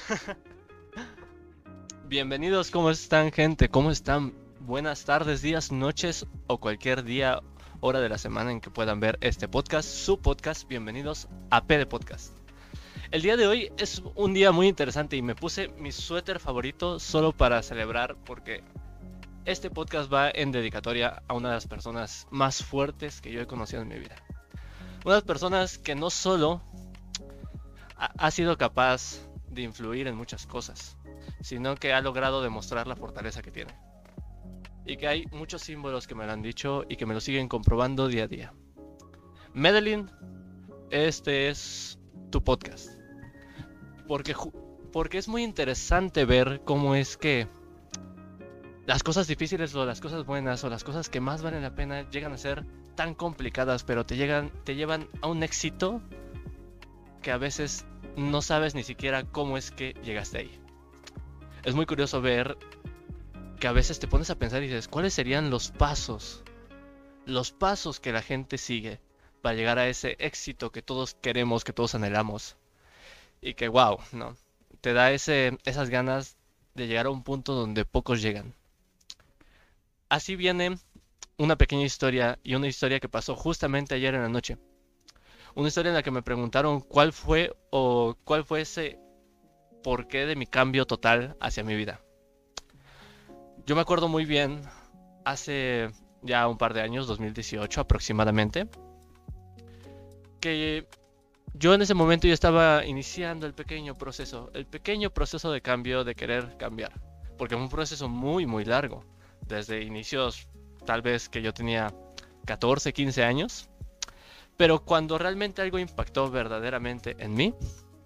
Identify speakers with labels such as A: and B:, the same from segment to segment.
A: Bienvenidos, ¿cómo están, gente? ¿Cómo están? Buenas tardes, días, noches o cualquier día, hora de la semana en que puedan ver este podcast, su podcast. Bienvenidos a PD Podcast. El día de hoy es un día muy interesante y me puse mi suéter favorito solo para celebrar porque este podcast va en dedicatoria a una de las personas más fuertes que yo he conocido en mi vida. Una de las personas que no solo ha sido capaz de influir en muchas cosas, sino que ha logrado demostrar la fortaleza que tiene. Y que hay muchos símbolos que me lo han dicho y que me lo siguen comprobando día a día. Medellín, este es tu podcast. Porque, porque es muy interesante ver cómo es que las cosas difíciles o las cosas buenas o las cosas que más valen la pena llegan a ser tan complicadas, pero te llevan a un éxito que a veces no sabes ni siquiera cómo es que llegaste ahí. Es muy curioso ver que a veces te pones a pensar y dices, ¿cuáles serían los pasos? Los pasos que la gente sigue para llegar a ese éxito que todos queremos, que todos anhelamos. Y que, wow, ¿no? Te da esas ganas de llegar a un punto donde pocos llegan. Así viene una pequeña historia y una historia que pasó justamente ayer en la noche. Una historia en la que me preguntaron cuál fue ese porqué de mi cambio total hacia mi vida. Yo me acuerdo muy bien, hace ya un par de años, 2018 aproximadamente, que yo en ese momento ya estaba iniciando el pequeño proceso de cambio, de querer cambiar, porque fue un proceso muy, muy largo, desde inicios tal vez que yo tenía 14, 15 años, pero cuando realmente algo impactó verdaderamente en mí,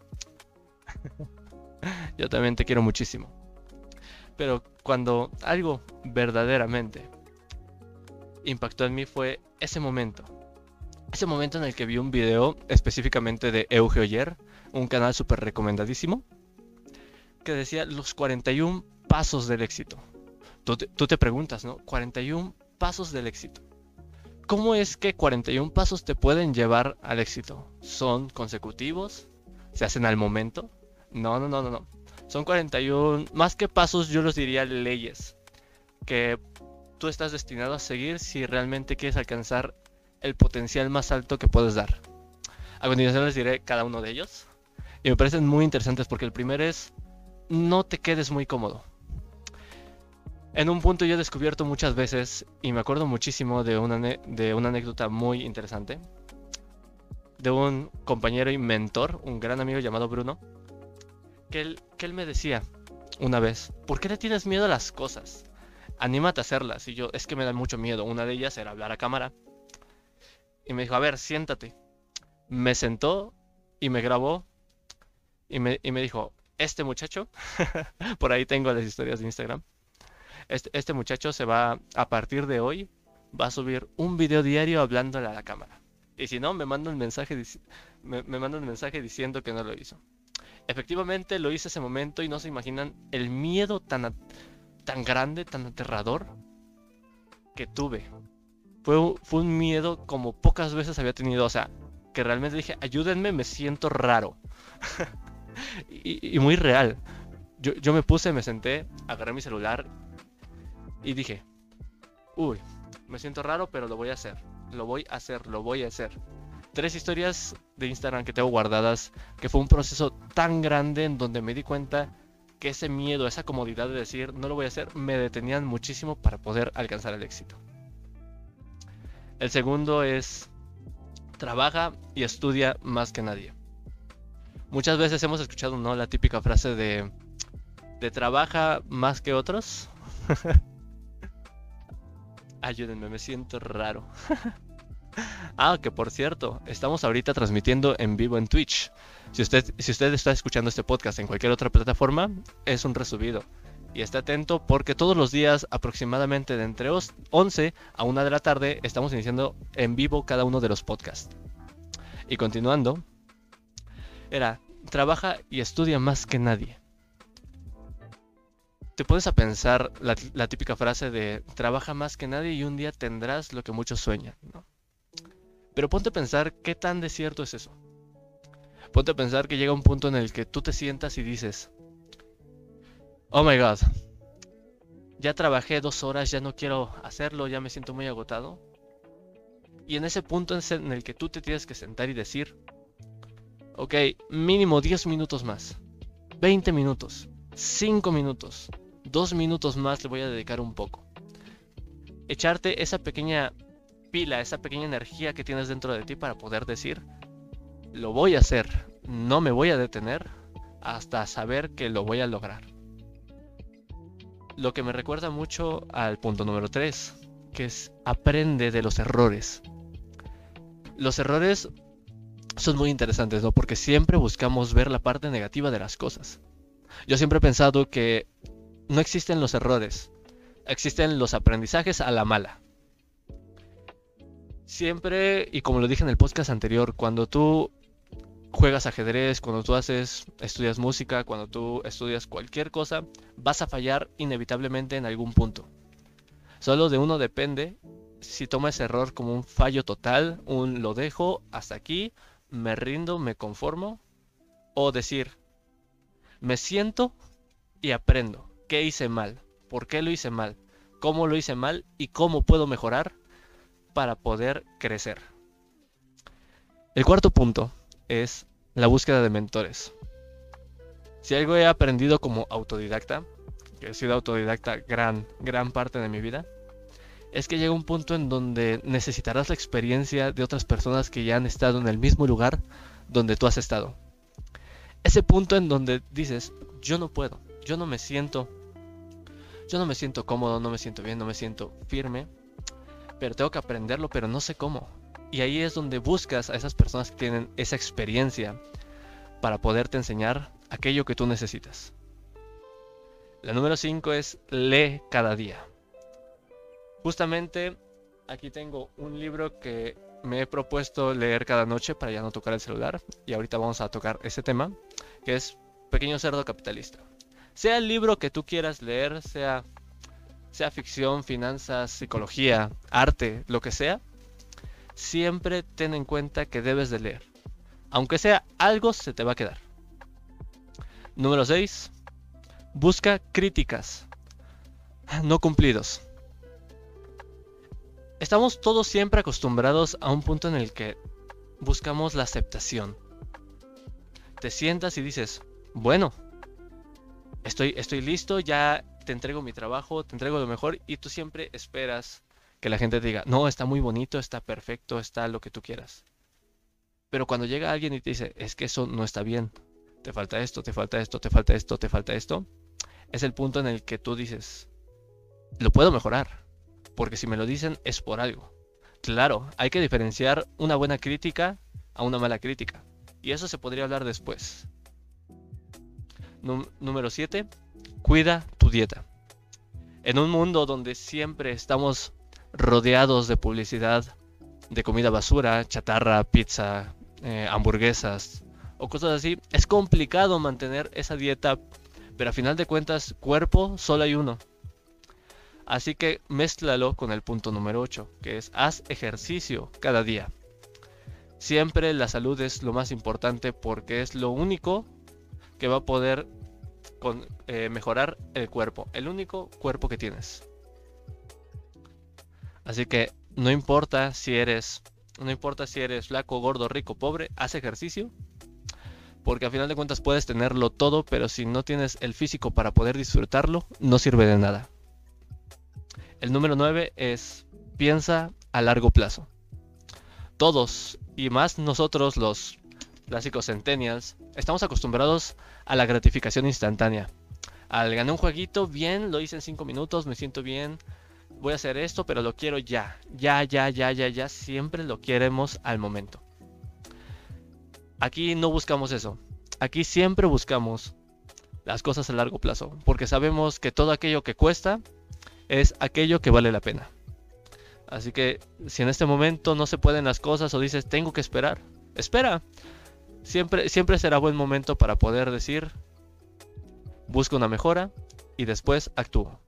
A: yo también te quiero muchísimo, pero cuando algo verdaderamente impactó en mí fue ese momento. Ese momento en el que vi un video específicamente de Euge Oyer, un canal súper recomendadísimo, que decía los 41 pasos del éxito. Tú te preguntas, ¿no? 41 pasos del éxito. ¿Cómo es que 41 pasos te pueden llevar al éxito? ¿Son consecutivos? ¿Se hacen al momento? No, no, no, no, no. Son 41, más que pasos, yo los diría leyes, que tú estás destinado a seguir si realmente quieres alcanzar el potencial más alto que puedes dar. A continuación les diré cada uno de ellos. Y me parecen muy interesantes porque el primero es no te quedes muy cómodo. En un punto yo he descubierto muchas veces y me acuerdo muchísimo de una anécdota muy interesante de un compañero y mentor, un gran amigo llamado Bruno, que él me decía una vez, ¿por qué le tienes miedo a las cosas? Anímate a hacerlas. Y yo, es que me da mucho miedo. Una de ellas era hablar a cámara. Y me dijo, a ver, siéntate. Me sentó y me grabó y me dijo, este muchacho, por ahí tengo las historias de Instagram, este muchacho se va, a partir de hoy, va a subir un video diario hablándole a la cámara. Y si no, me manda un mensaje diciendo que no lo hizo. Efectivamente lo hice ese momento y no se imaginan el miedo tan grande, tan aterrador que tuve. Fue un miedo como pocas veces había tenido, o sea, que realmente dije, ayúdenme, me siento raro. Y muy real. Yo me puse, me senté, agarré mi celular y dije, uy, me siento raro, pero lo voy a hacer. Lo voy a hacer, lo voy a hacer. 3 historias de Instagram que tengo guardadas, que fue un proceso tan grande en donde me di cuenta que ese miedo, esa comodidad de decir no lo voy a hacer, me detenían muchísimo para poder alcanzar el éxito. El segundo es, trabaja y estudia más que nadie. Muchas veces hemos escuchado, ¿no?, la típica frase de trabaja más que otros. Ayúdenme, me siento raro. Ah, que por cierto, estamos ahorita transmitiendo en vivo en Twitch. Si usted está escuchando este podcast en cualquier otra plataforma, es un resubido. Y esté atento porque todos los días, aproximadamente de entre 11 a 1 de la tarde, estamos iniciando en vivo cada uno de los podcasts. Y continuando, era, trabaja y estudia más que nadie. Te pones a pensar la típica frase de trabaja más que nadie y un día tendrás lo que muchos sueñan, ¿no? Pero ponte a pensar qué tan desierto es eso. Ponte a pensar que llega un punto en el que tú te sientas y dices, Oh my God, ya trabajé 2 horas, ya no quiero hacerlo, ya me siento muy agotado. Y en ese punto es en el que tú te tienes que sentar y decir, ok, mínimo 10 minutos más, 20 minutos, 5 minutos, 2 minutos más le voy a dedicar un poco. Echarte esa pequeña pila, esa pequeña energía que tienes dentro de ti para poder decir, lo voy a hacer, no me voy a detener hasta saber que lo voy a lograr. Lo que me recuerda mucho al punto número 3, que es aprende de los errores. Los errores son muy interesantes, ¿no? Porque siempre buscamos ver la parte negativa de las cosas. Yo siempre he pensado que no existen los errores, existen los aprendizajes a la mala. Siempre, y como lo dije en el podcast anterior, cuando tú juegas ajedrez, cuando tú estudias música, cuando tú estudias cualquier cosa, vas a fallar inevitablemente en algún punto. Solo de uno depende si toma ese error como un fallo total, un lo dejo hasta aquí, me rindo, me conformo, o decir, me siento y aprendo. ¿Qué hice mal? ¿Por qué lo hice mal? ¿Cómo lo hice mal? ¿Y cómo puedo mejorar para poder crecer? El cuarto punto es la búsqueda de mentores. Si algo he aprendido como autodidacta, que he sido autodidacta gran parte de mi vida, es que llega un punto en donde necesitarás la experiencia de otras personas que ya han estado en el mismo lugar donde tú has estado. Ese punto en donde dices, yo no puedo, yo no me siento cómodo, no me siento bien, no me siento firme, pero tengo que aprenderlo, pero no sé cómo. Y ahí es donde buscas a esas personas que tienen esa experiencia para poderte enseñar aquello que tú necesitas. La número 5 es lee cada día. Justamente aquí tengo un libro que me he propuesto leer cada noche para ya no tocar el celular, y ahorita vamos a tocar ese tema, que es Pequeño Cerdo Capitalista. Sea el libro que tú quieras leer, sea ficción, finanzas, psicología, arte, lo que sea, siempre ten en cuenta que debes de leer. Aunque sea algo, se te va a quedar. Número 6. Busca críticas no cumplidos. Estamos todos siempre acostumbrados a un punto en el que buscamos la aceptación. Te sientas y dices, bueno, estoy listo, ya te entrego mi trabajo, te entrego lo mejor, y tú siempre esperas que la gente te diga, no, está muy bonito, está perfecto, está lo que tú quieras. Pero cuando llega alguien y te dice, es que eso no está bien, te falta esto, te falta esto, te falta esto, te falta esto, es el punto en el que tú dices, lo puedo mejorar, porque si me lo dicen es por algo. Claro, hay que diferenciar una buena crítica a una mala crítica, y eso se podría hablar después. Número 7. Cuida tu dieta. En un mundo donde siempre estamos rodeados de publicidad, de comida basura, chatarra, pizza, hamburguesas o cosas así, es complicado mantener esa dieta, pero a final de cuentas, cuerpo solo hay uno. Así que mézclalo con el punto número 8, que es haz ejercicio cada día. Siempre la salud es lo más importante porque es lo único que va a poder mejorar el cuerpo, el único cuerpo que tienes. Así que no importa si eres flaco, gordo, rico, pobre, haz ejercicio, porque al final de cuentas puedes tenerlo todo, pero si no tienes el físico para poder disfrutarlo, no sirve de nada. El número 9 es piensa a largo plazo. Todos, y más nosotros los clásicos centennials, estamos acostumbrados a la gratificación instantánea. Al ganar un jueguito, bien, lo hice en 5 minutos, me siento bien, voy a hacer esto, pero lo quiero ya. Ya, siempre lo queremos al momento. Aquí no buscamos eso. Aquí siempre buscamos las cosas a largo plazo, porque sabemos que todo aquello que cuesta es aquello que vale la pena. Así que si en este momento no se pueden las cosas o dices tengo que esperar, espera. Siempre será buen momento para poder decir busco una mejora y después actúo.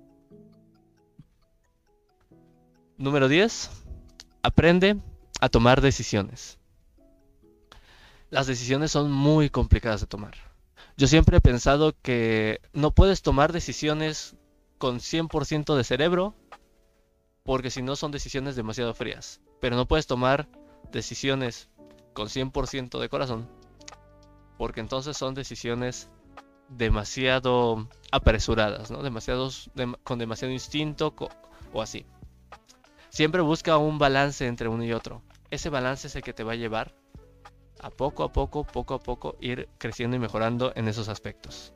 A: Número 10. Aprende a tomar decisiones. Las decisiones son muy complicadas de tomar. Yo siempre he pensado que no puedes tomar decisiones con 100% de cerebro, porque si no son decisiones demasiado frías. Pero no puedes tomar decisiones con 100% de corazón, porque entonces son decisiones demasiado apresuradas, ¿no? Con demasiado instinto o así. Siempre busca un balance entre uno y otro. Ese balance es el que te va a llevar a poco a poco, ir creciendo y mejorando en esos aspectos.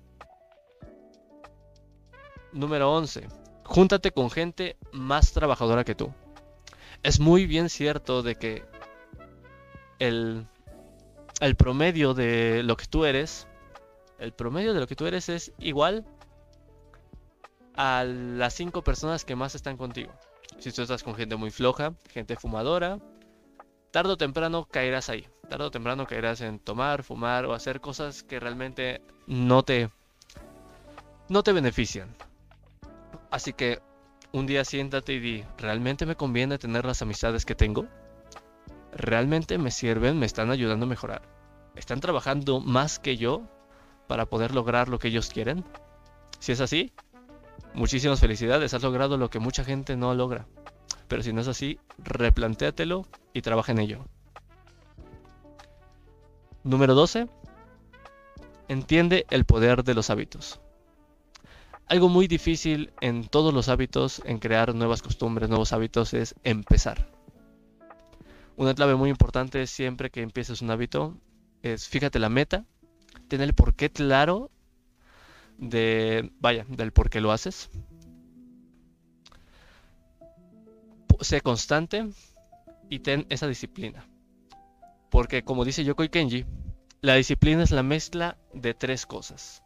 A: Número 11. Júntate con gente más trabajadora que tú. Es muy bien cierto de que el promedio de lo que tú eres, es igual a las 5 personas que más están contigo. Si tú estás con gente muy floja, gente fumadora, tarde o temprano caerás ahí. Tarde o temprano caerás en tomar, fumar o hacer cosas que realmente no te benefician. Así que un día siéntate y di, ¿realmente me conviene tener las amistades que tengo? ¿Realmente me sirven? ¿Me están ayudando a mejorar? ¿Están trabajando más que yo para poder lograr lo que ellos quieren? Si es así, muchísimas felicidades, has logrado lo que mucha gente no logra. Pero si no es así, replantéatelo y trabaja en ello. Número 12. Entiende el poder de los hábitos. Algo muy difícil en todos los hábitos, en crear nuevas costumbres, nuevos hábitos, es empezar. Una clave muy importante siempre que empieces un hábito es fíjate la meta, ten el porqué claro del por qué lo haces. Sé constante y ten esa disciplina. Porque como dice Yokoi Kenji, la disciplina es la mezcla de 3 cosas.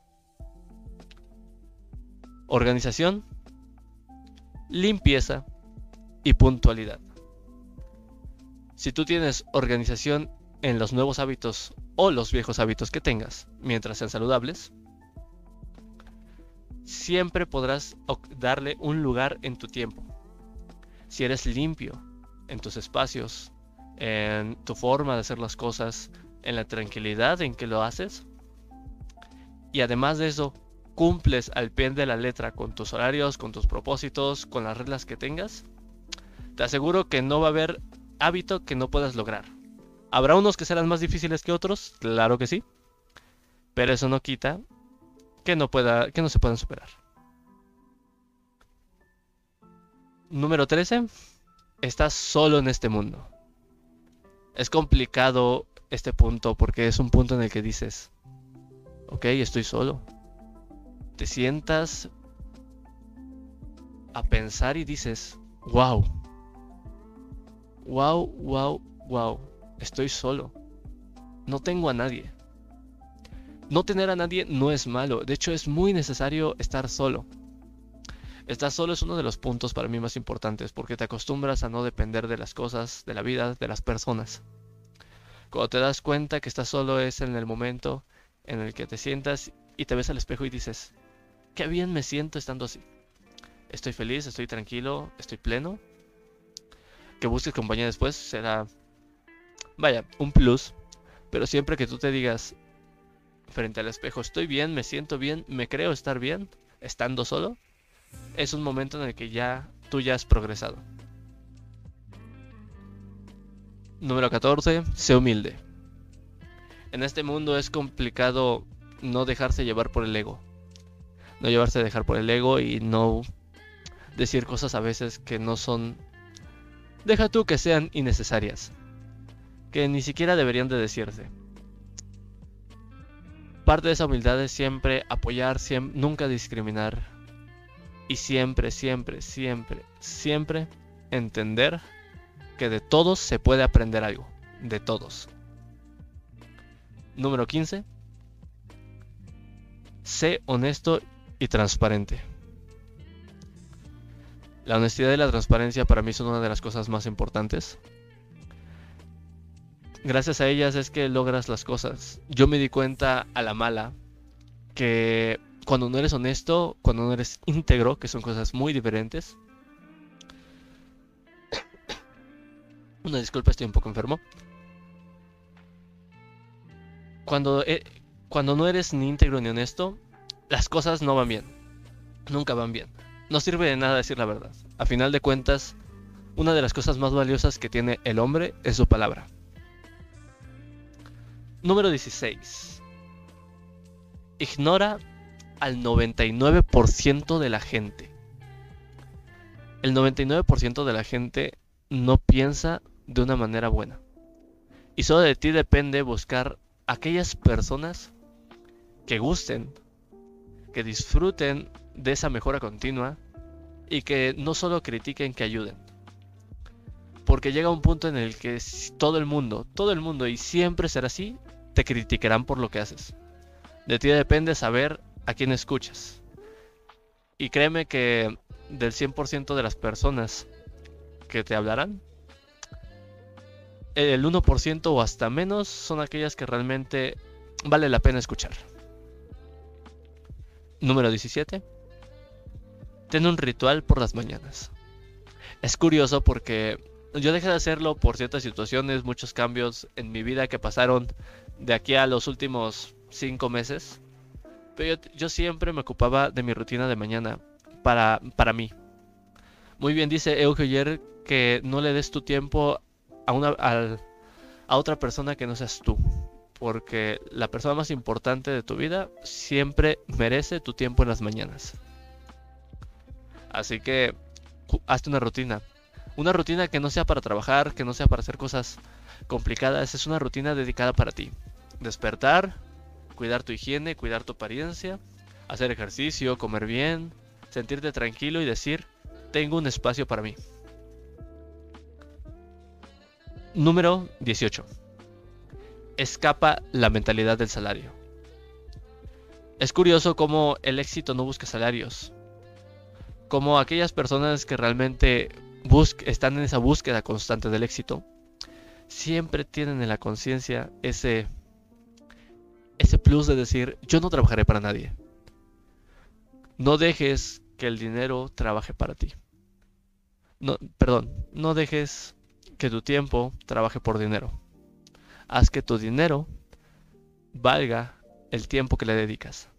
A: Organización, limpieza y puntualidad. Si tú tienes organización en los nuevos hábitos o los viejos hábitos que tengas, mientras sean saludables, siempre podrás darle un lugar en tu tiempo. Si eres limpio en tus espacios, en tu forma de hacer las cosas, en la tranquilidad en que lo haces, y además de eso, cumples al pie de la letra con tus horarios, con tus propósitos, con las reglas que tengas, te aseguro que no va a haber hábito que no puedas lograr. ¿Habrá unos que serán más difíciles que otros? Claro que sí. Pero eso no quita que no se puedan superar. Número 13. Estás solo en este mundo. Es complicado este punto porque es un punto en el que dices, ok, estoy solo. Te sientas a pensar y dices, wow, estoy solo. No tengo a nadie. No tener a nadie no es malo. De hecho, es muy necesario estar solo. Estar solo es uno de los puntos para mí más importantes porque te acostumbras a no depender de las cosas, de la vida, de las personas. Cuando te das cuenta que estás solo es en el momento en el que te sientas y te ves al espejo y dices, qué bien me siento estando así. Estoy feliz, estoy tranquilo, estoy pleno. Que busques compañía después será, un plus. Pero siempre que tú te digas frente al espejo, estoy bien, me siento bien, me creo estar bien, estando solo, es un momento en el que tú ya has progresado. Número 14. Sé humilde. En este mundo es complicado no dejarse llevar por el ego. No llevarse a dejar por el ego y no decir cosas a veces que no son... Deja tú que sean innecesarias. Que ni siquiera deberían de decirse. Parte de esa humildad es siempre apoyar, nunca discriminar. Y siempre entender que de todos se puede aprender algo. De todos. Número 15. Sé honesto y transparente. La honestidad y la transparencia para mí son una de las cosas más importantes. Gracias a ellas es que logras las cosas. Yo me di cuenta a la mala que cuando no eres honesto, cuando no eres íntegro, que son cosas muy diferentes. Una disculpa, estoy un poco enfermo. Cuando Cuando no eres ni íntegro ni honesto, las cosas no van bien. Nunca van bien. No sirve de nada decir la verdad. A final de cuentas, una de las cosas más valiosas que tiene el hombre es su palabra. Número 16. Ignora al 99% de la gente. El 99% de la gente no piensa de una manera buena. Y solo de ti depende buscar aquellas personas que gusten, que disfruten de esa mejora continua y que no solo critiquen, que ayuden. Porque llega un punto en el que todo el mundo, y siempre será así, te criticarán por lo que haces. De ti depende saber a quién escuchas. Y créeme que del 100% de las personas que te hablarán, el 1% o hasta menos son aquellas que realmente vale la pena escuchar. Número 17. Ten un ritual por las mañanas. Es curioso porque yo dejé de hacerlo por ciertas situaciones, muchos cambios en mi vida que pasaron de aquí a los últimos 5 meses. Pero yo siempre me ocupaba de mi rutina de mañana para mí. Muy bien dice Euge ayer que no le des tu tiempo a otra persona que no seas tú. Porque la persona más importante de tu vida siempre merece tu tiempo en las mañanas. Así que hazte una rutina. Una rutina que no sea para trabajar, que no sea para hacer cosas complicadas. Es una rutina dedicada para ti. Despertar, cuidar tu higiene, cuidar tu apariencia, hacer ejercicio, comer bien, sentirte tranquilo y decir, tengo un espacio para mí. Número 18. Escapa la mentalidad del salario. Es curioso cómo el éxito no busca salarios. Como aquellas personas que realmente están en esa búsqueda constante del éxito, siempre tienen en la conciencia ese plus de decir, yo no trabajaré para nadie. No dejes que el dinero trabaje para ti. No dejes que tu tiempo trabaje por dinero. Haz que tu dinero valga el tiempo que le dedicas.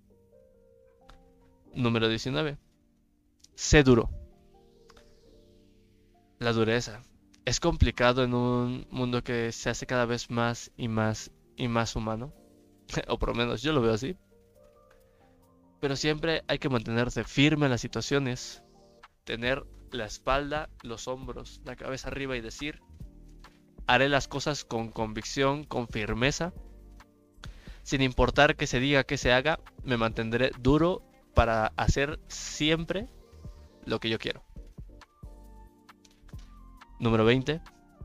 A: Número 19. Sé duro. La dureza. Es complicado en un mundo que se hace cada vez más y más y más humano. O por lo menos yo lo veo así. Pero siempre hay que mantenerse firme en las situaciones. Tener la espalda, los hombros, la cabeza arriba y decir, haré las cosas con convicción, con firmeza. Sin importar que se diga, que se haga, me mantendré duro para hacer siempre lo que yo quiero. Número 20.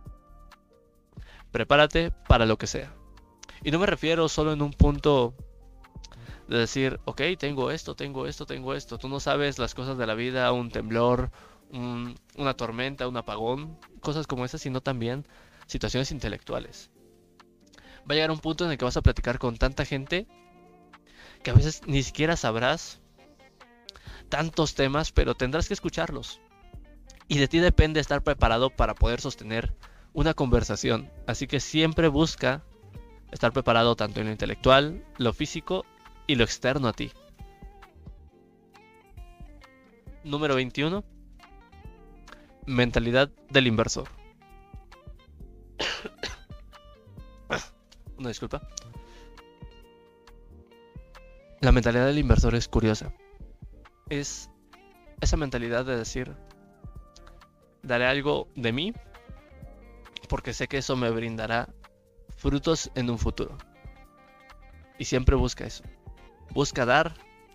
A: Prepárate para lo que sea. Y no me refiero solo en un punto de decir, ok, tengo esto. Tú no sabes las cosas de la vida, un temblor, una tormenta, un apagón, cosas como esas, sino también situaciones intelectuales. Va a llegar un punto en el que vas a platicar con tanta gente que a veces ni siquiera sabrás tantos temas, pero tendrás que escucharlos. Y de ti depende estar preparado para poder sostener una conversación. Así que siempre busca estar preparado tanto en lo intelectual, lo físico y lo externo a ti. Número 21. Mentalidad del inversor. Una disculpa. La mentalidad del inversor es curiosa. Es esa mentalidad de decir, daré algo de mí porque sé que eso me brindará frutos en un futuro. Y siempre busca eso. Busca dar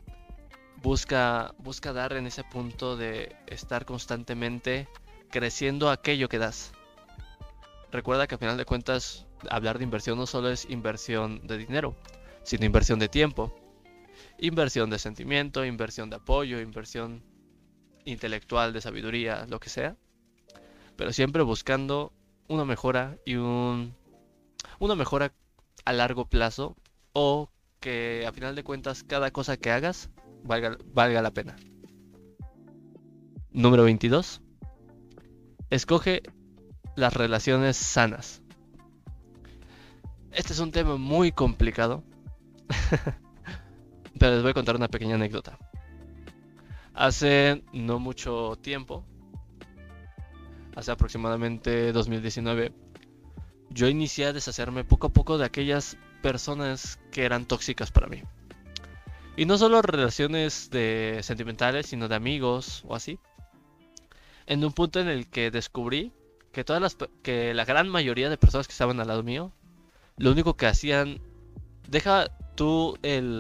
A: en ese punto de estar constantemente creciendo aquello que das. Recuerda que al final de cuentas, hablar de inversión no solo es inversión de dinero, sino inversión de tiempo, inversión de sentimiento, inversión de apoyo, inversión intelectual, de sabiduría, lo que sea. Pero siempre buscando una mejora y una mejora a largo plazo, o que a final de cuentas cada cosa que hagas valga la pena. Número 22. Escoge las relaciones sanas. Este es un tema muy complicado Pero les voy a contar una pequeña anécdota. Hace no mucho tiempo, hace aproximadamente 2019, yo inicié a deshacerme poco a poco de aquellas personas que eran tóxicas para mí. Y no solo relaciones sentimentales, sino de amigos o así. En un punto en el que descubrí que que la gran mayoría de personas que estaban al lado mío, lo único que hacían, deja tú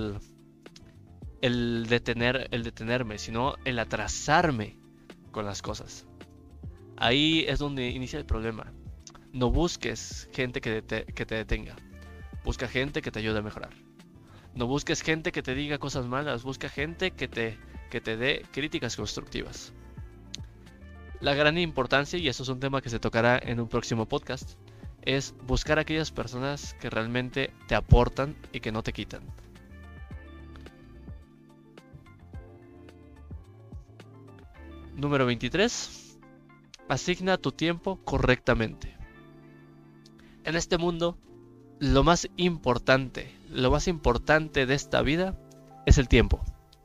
A: el detenerme, sino el atrasarme con las cosas. Ahí es donde inicia el problema. No busques gente que te detenga. Busca gente que te ayude a mejorar. No busques gente que te diga cosas malas. Busca gente que te dé críticas constructivas. La gran importancia, y eso es un tema que se tocará en un próximo podcast, es buscar a aquellas personas que realmente te aportan y que no te quitan. Número 23. Asigna tu tiempo correctamente. En este mundo, lo más importante de esta vida es el tiempo.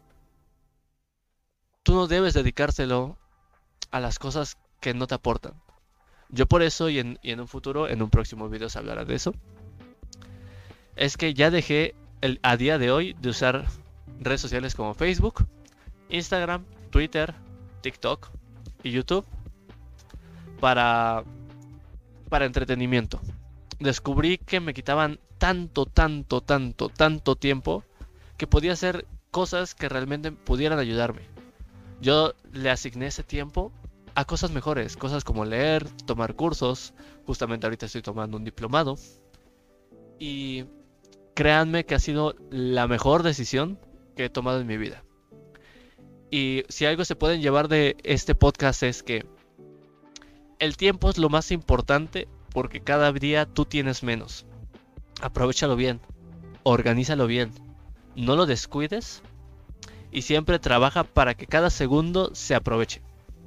A: Tú no debes dedicárselo a las cosas que no te aportan. Yo por eso, y en un futuro, en un próximo video se hablará de eso, es que ya dejé a día de hoy de usar redes sociales como Facebook, Instagram, Twitter, TikTok y YouTube para entretenimiento. Descubrí que me quitaban tanto tiempo que podía hacer cosas que realmente pudieran ayudarme. Yo le asigné ese tiempo a cosas mejores, cosas como leer, tomar cursos. Justamente ahorita estoy tomando un diplomado. Y créanme que ha sido la mejor decisión que he tomado en mi vida. Y si algo se pueden llevar de este podcast es que el tiempo es lo más importante porque cada día tú tienes menos. Aprovechalo bien, organízalo bien, no lo descuides y siempre trabaja para que cada segundo se aproveche.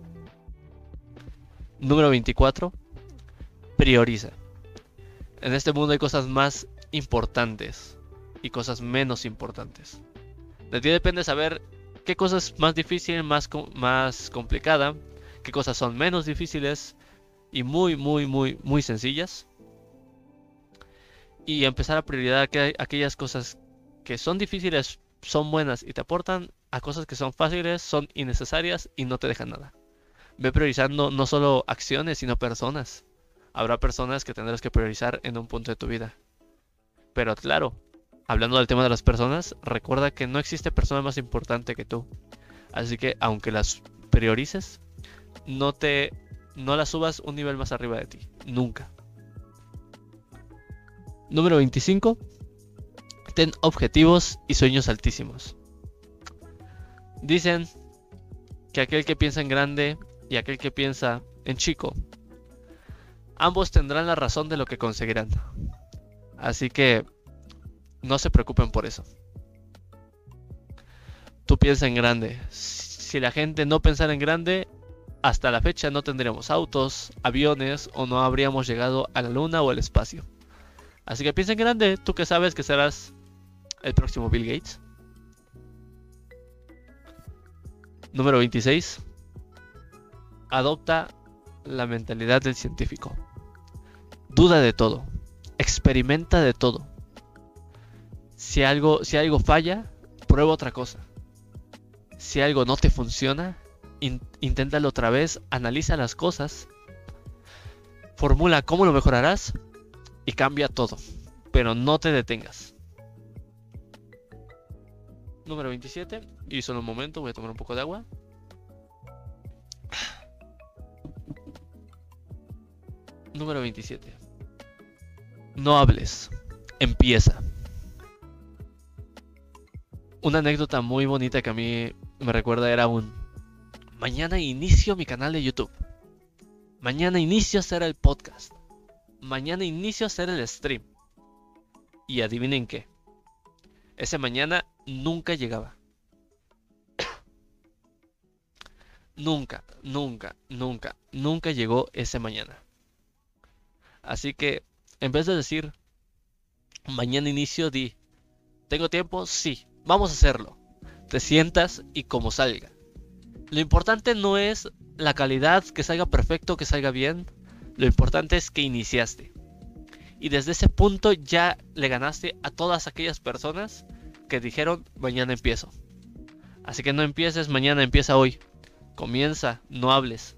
A: Número 24. Prioriza. En este mundo hay cosas más importantes y cosas menos importantes. De ti depende saber qué cosa es más difícil, más complicada, qué cosas son menos difíciles y muy sencillas. Y empezar a priorizar aquellas cosas que son difíciles, son buenas y te aportan, a cosas que son fáciles, son innecesarias y no te dejan nada. Ve priorizando no solo acciones, sino personas. Habrá personas que tendrás que priorizar en un punto de tu vida. Pero claro, hablando del tema de las personas, recuerda que no existe persona más importante que tú. Así que aunque las priorices, no las subas un nivel más arriba de ti. Nunca. Número 25. Ten objetivos y sueños altísimos. Dicen que aquel que piensa en grande y aquel que piensa en chico, ambos tendrán la razón de lo que conseguirán. Así que no se preocupen por eso. Tú piensa en grande. Si la gente no pensara en grande, hasta la fecha no tendríamos autos, aviones o no habríamos llegado a la luna o al espacio. Así que piensa en grande, tú que sabes que serás el próximo Bill Gates. Número 26. Adopta la mentalidad del científico. Duda de todo. Experimenta de todo. Si algo falla, prueba otra cosa. Si algo no te funciona, inténtalo otra vez, analiza las cosas, formula cómo lo mejorarás y cambia todo. Pero no te detengas. Número 27. Y solo un momento, voy a tomar un poco de agua. Número 27. No hables. Empieza. Una anécdota muy bonita que a mí me recuerda era mañana inicio mi canal de YouTube. Mañana inicio a hacer el podcast. Mañana inicio a hacer el stream. Y adivinen qué. Ese mañana nunca llegaba. Nunca llegó ese mañana. Así que, en vez de decir mañana inicio, di ¿Tengo tiempo? Sí. Vamos a hacerlo. Te sientas y como salga. Lo importante no es la calidad, que salga perfecto, que salga bien. Lo importante es que iniciaste. Y desde ese punto ya le ganaste a todas aquellas personas que dijeron mañana empiezo. Así que no empieces mañana, empieza hoy. Comienza, no hables.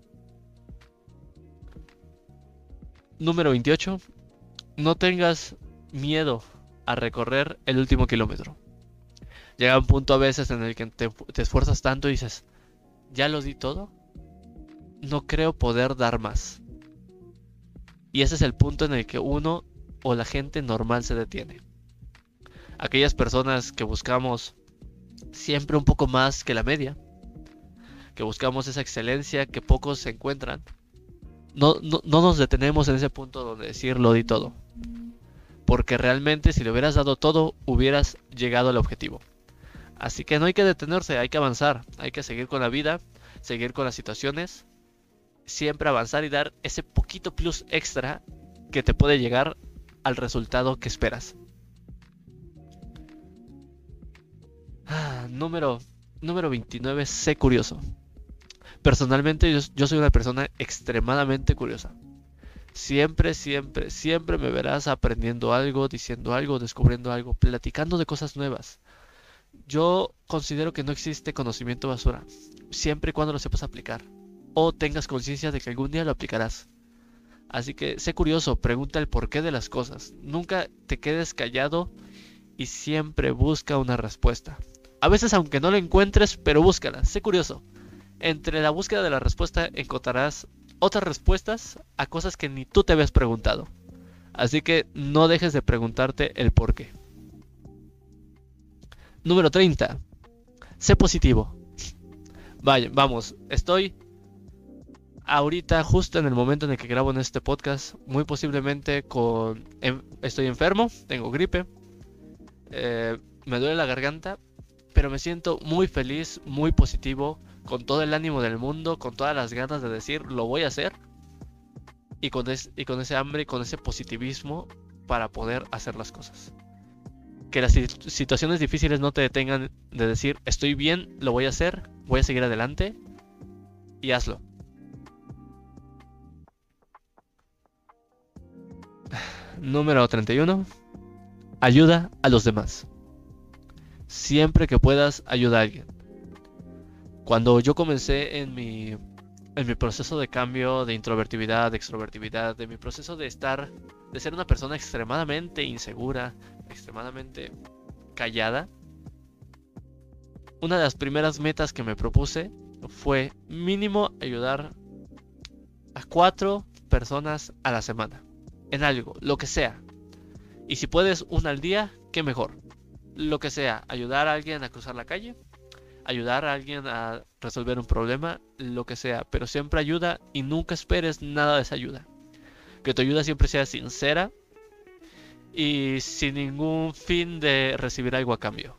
A: Número 28. No tengas miedo a recorrer el último kilómetro. Llega un punto a veces en el que te esfuerzas tanto y dices, ¿ya lo di todo? No creo poder dar más. Y ese es el punto en el que uno o la gente normal se detiene. Aquellas personas que buscamos siempre un poco más que la media, que buscamos esa excelencia que pocos se encuentran, no nos detenemos en ese punto donde decir lo di todo. Porque realmente si le hubieras dado todo, hubieras llegado al objetivo. Así que no hay que detenerse, hay que avanzar, hay que seguir con la vida, seguir con las situaciones, siempre avanzar y dar ese poquito plus extra que te puede llegar al resultado que esperas. Número 29, sé curioso. Personalmente yo soy una persona extremadamente curiosa. Siempre, siempre, siempre me verás aprendiendo algo, diciendo algo, descubriendo algo, platicando de cosas nuevas. Yo considero que no existe conocimiento basura, siempre y cuando lo sepas aplicar, o tengas conciencia de que algún día lo aplicarás. Así que sé curioso, pregunta el porqué de las cosas, nunca te quedes callado y siempre busca una respuesta. A veces aunque no la encuentres, pero búscala, sé curioso. Entre la búsqueda de la respuesta encontrarás otras respuestas a cosas que ni tú te habías preguntado. Así que no dejes de preguntarte el porqué. Número 30. Sé positivo. Vaya, vamos, estoy ahorita justo en el momento en el que grabo en este podcast, muy posiblemente estoy enfermo, tengo gripe, me duele la garganta, pero me siento muy feliz, muy positivo, con todo el ánimo del mundo, con todas las ganas de decir lo voy a hacer y con ese hambre y con ese positivismo para poder hacer las cosas. Que las situaciones difíciles no te detengan de decir estoy bien, lo voy a hacer, voy a seguir adelante y hazlo. Número 31. Ayuda a los demás. Siempre que puedas, ayuda a alguien. Cuando yo comencé en mi proceso de cambio de introvertividad, de extrovertividad, de mi proceso de ser una persona extremadamente insegura, extremadamente callada, una de las primeras metas que me propuse fue mínimo ayudar a 4 personas a la semana, en algo, lo que sea. Y si puedes una al día, qué mejor. Lo que sea, ayudar a alguien a cruzar la calle, ayudar a alguien a resolver un problema, lo que sea, pero siempre ayuda y nunca esperes nada de esa ayuda. Que tu ayuda siempre sea sincera y sin ningún fin de recibir algo a cambio.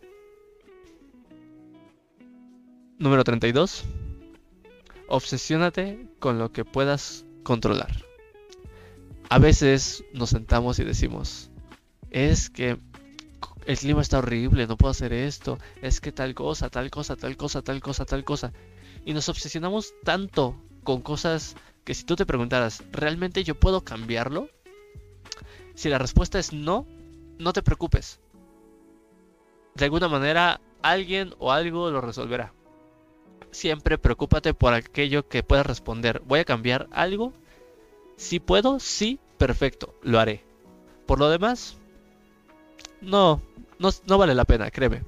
A: Número 32. Obsesiónate con lo que puedas controlar. A veces nos sentamos y decimos, es que el clima está horrible, no puedo hacer esto, es que tal cosa, tal cosa, tal cosa, tal cosa, tal cosa. Y nos obsesionamos tanto con cosas que si tú te preguntaras, ¿realmente yo puedo cambiarlo? Si la respuesta es no, no te preocupes. De alguna manera, alguien o algo lo resolverá. Siempre preocúpate por aquello que puedas responder. ¿Voy a cambiar algo? Si puedo, sí, perfecto, lo haré. Por lo demás, no vale la pena, créeme.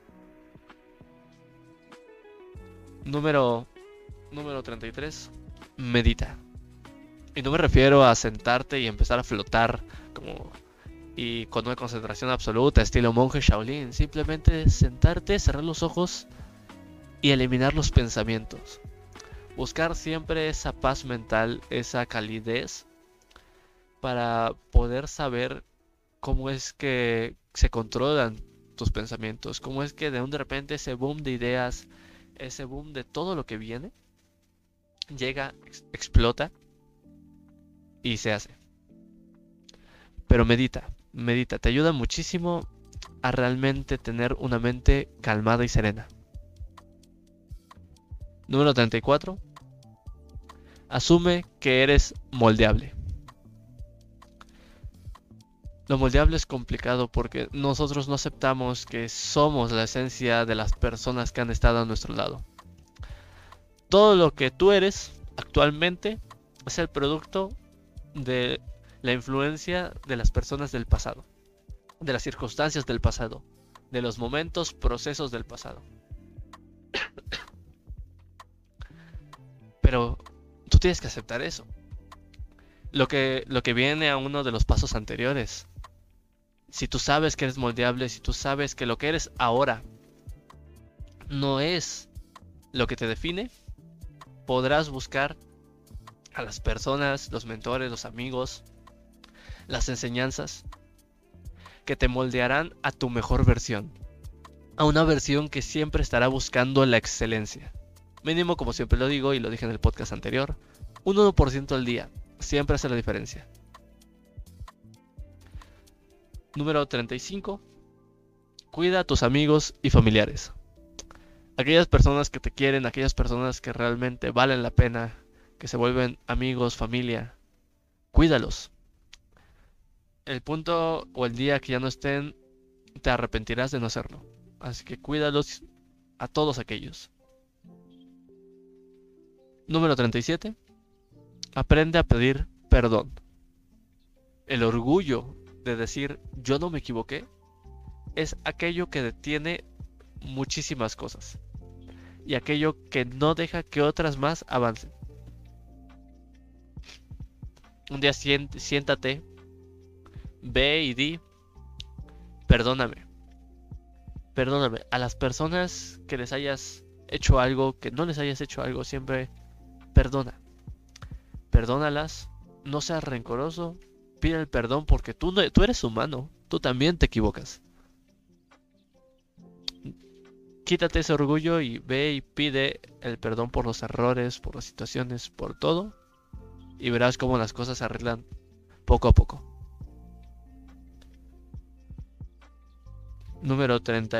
A: Número 33. Medita. Y no me refiero a sentarte y empezar a flotar y con una concentración absoluta, estilo monje Shaolin. Simplemente sentarte, cerrar los ojos y eliminar los pensamientos. Buscar siempre esa paz mental, esa calidez, para poder saber cómo es que se controlan tus pensamientos, cómo es que de repente ese boom de ideas, ese boom de todo lo que viene, llega, explota y se hace. Pero medita, te ayuda muchísimo a realmente tener una mente calmada y serena. Número 34. Asume que eres moldeable. Lo moldeable es complicado porque nosotros no aceptamos que somos la esencia de las personas que han estado a nuestro lado. Todo lo que tú eres actualmente es el producto de la influencia de las personas del pasado, de las circunstancias del pasado, de los momentos, procesos del pasado. Pero tú tienes que aceptar eso. Lo que viene a uno de los pasos anteriores. Si tú sabes que eres moldeable, si tú sabes que lo que eres ahora no es lo que te define, podrás buscar a las personas, los mentores, los amigos, las enseñanzas que te moldearán a tu mejor versión. A una versión que siempre estará buscando la excelencia. Mínimo, como siempre lo digo y lo dije en el podcast anterior, un 1% al día siempre hace la diferencia. Número 35. Cuida a tus amigos y familiares. Aquellas personas que te quieren, aquellas personas que realmente valen la pena, que se vuelven amigos, familia, cuídalos. El punto o el día que ya no estén, te arrepentirás de no hacerlo. Así que cuídalos a todos aquellos. Número 37. Aprende a pedir perdón. El orgullo de decir yo no me equivoqué es aquello que detiene muchísimas cosas y aquello que no deja que otras más avancen. Un día siéntate, ve y di perdóname. Perdóname a las personas que les hayas hecho algo, que no les hayas hecho algo, siempre perdona. Perdónalas, no seas rencoroso, pide el perdón porque tú eres humano, tú también te equivocas. Quítate ese orgullo y ve y pide el perdón por los errores, por las situaciones, por todo. Y verás cómo las cosas se arreglan poco a poco. Número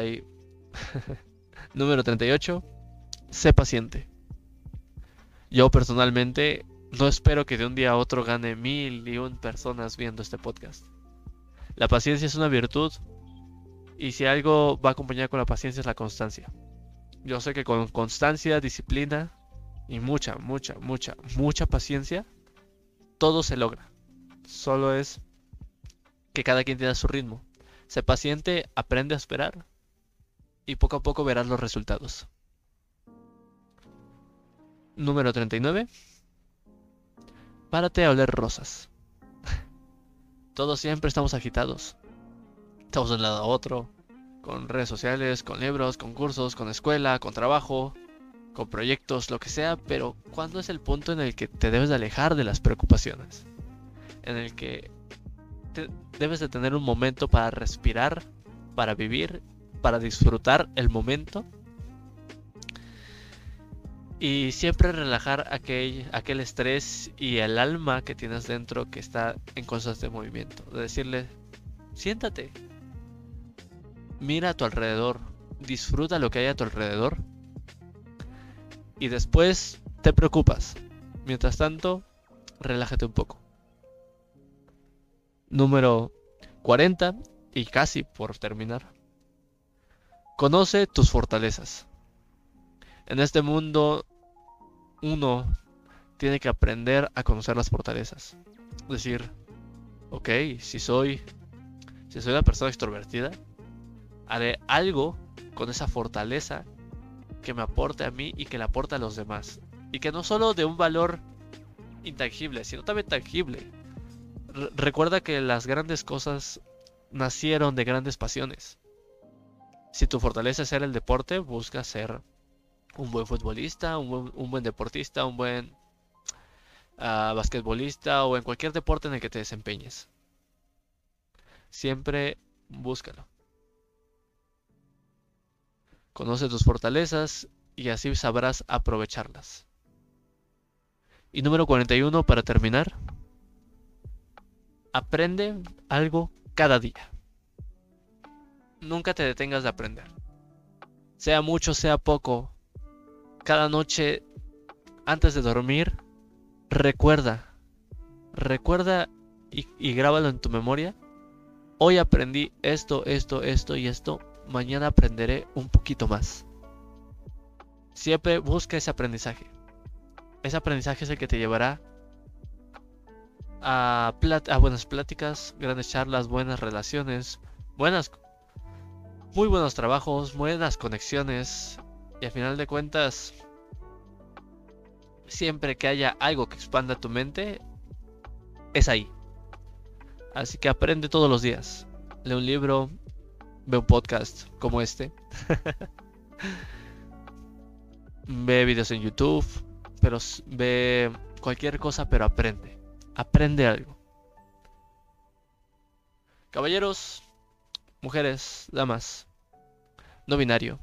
A: 38. Sé paciente. Yo personalmente no espero que de un día a otro gane 1001 personas viendo este podcast. La paciencia es una virtud. Y si algo va acompañado con la paciencia es la constancia. Yo sé que con constancia, disciplina y mucha paciencia, todo se logra. Solo es que cada quien tiene su ritmo. Sé paciente, aprende a esperar y poco a poco verás los resultados. Número 39. Párate a oler rosas. Todos siempre estamos agitados. Estamos de un lado a otro, con redes sociales, con libros, con cursos, con escuela, con trabajo, con proyectos, lo que sea, pero ¿cuándo es el punto en el que te debes de alejar de las preocupaciones? En el que debes de tener un momento para respirar, para vivir, para disfrutar el momento y siempre relajar aquel estrés y el alma que tienes dentro que está en constante movimiento. De decirle, siéntate. Mira a tu alrededor, disfruta lo que hay a tu alrededor y después te preocupas. Mientras tanto, relájate un poco. Número 40 y casi por terminar. Conoce tus fortalezas. En este mundo, uno tiene que aprender a conocer las fortalezas. Decir, ok, si soy una persona extrovertida, haré algo con esa fortaleza que me aporte a mí y que le aporte a los demás. Y que no solo de un valor intangible, sino también tangible. Recuerda que las grandes cosas nacieron de grandes pasiones. Si tu fortaleza es ser el deporte, busca ser un buen futbolista, un buen deportista, un buen basquetbolista o en cualquier deporte en el que te desempeñes. Siempre búscalo. Conoce tus fortalezas y así sabrás aprovecharlas. Y número 41 para terminar. Aprende algo cada día. nunca te detengas de aprender. Sea mucho, sea poco. Cada noche, antes de dormir, recuerda y grábalo en tu memoria. Hoy aprendí esto y esto. Mañana aprenderé un poquito más. Siempre busca ese aprendizaje. Ese aprendizaje es el que te llevará a buenas pláticas, grandes charlas, buenas relaciones, muy buenos trabajos, buenas conexiones. Y al final de cuentas, siempre que haya algo que expanda tu mente, es ahí. Así que aprende todos los días. Lee un libro, ve un podcast como este. Ve videos en YouTube, pero ve cualquier cosa, pero aprende. Aprende algo. Caballeros, mujeres, damas, no binario.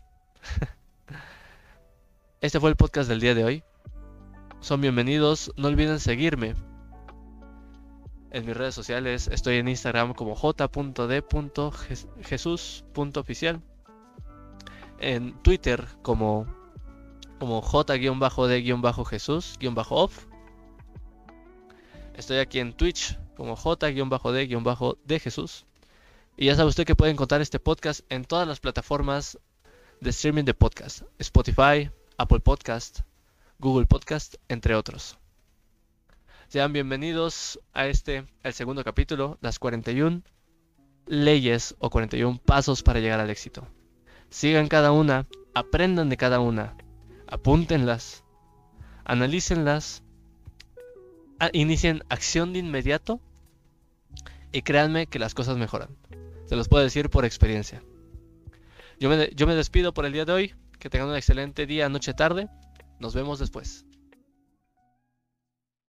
A: Este fue el podcast del día de hoy. Son bienvenidos. No olviden seguirme en mis redes sociales. Estoy en Instagram como j.d.jesus.oficial. En Twitter como j-d-jesús-off. Estoy aquí en Twitch como j-d-jesús. Y ya sabe usted que puede encontrar este podcast en todas las plataformas de streaming de podcast. Spotify, Apple Podcast, Google Podcast, entre otros. Sean bienvenidos a el segundo capítulo, las 41 leyes o 41 pasos para llegar al éxito. Sigan cada una, aprendan de cada una, apúntenlas, analícenlas, inicien acción de inmediato y créanme que las cosas mejoran. Se los puedo decir por experiencia. Yo me despido por el día de hoy. Que tengan un excelente día, noche, tarde. Nos vemos después.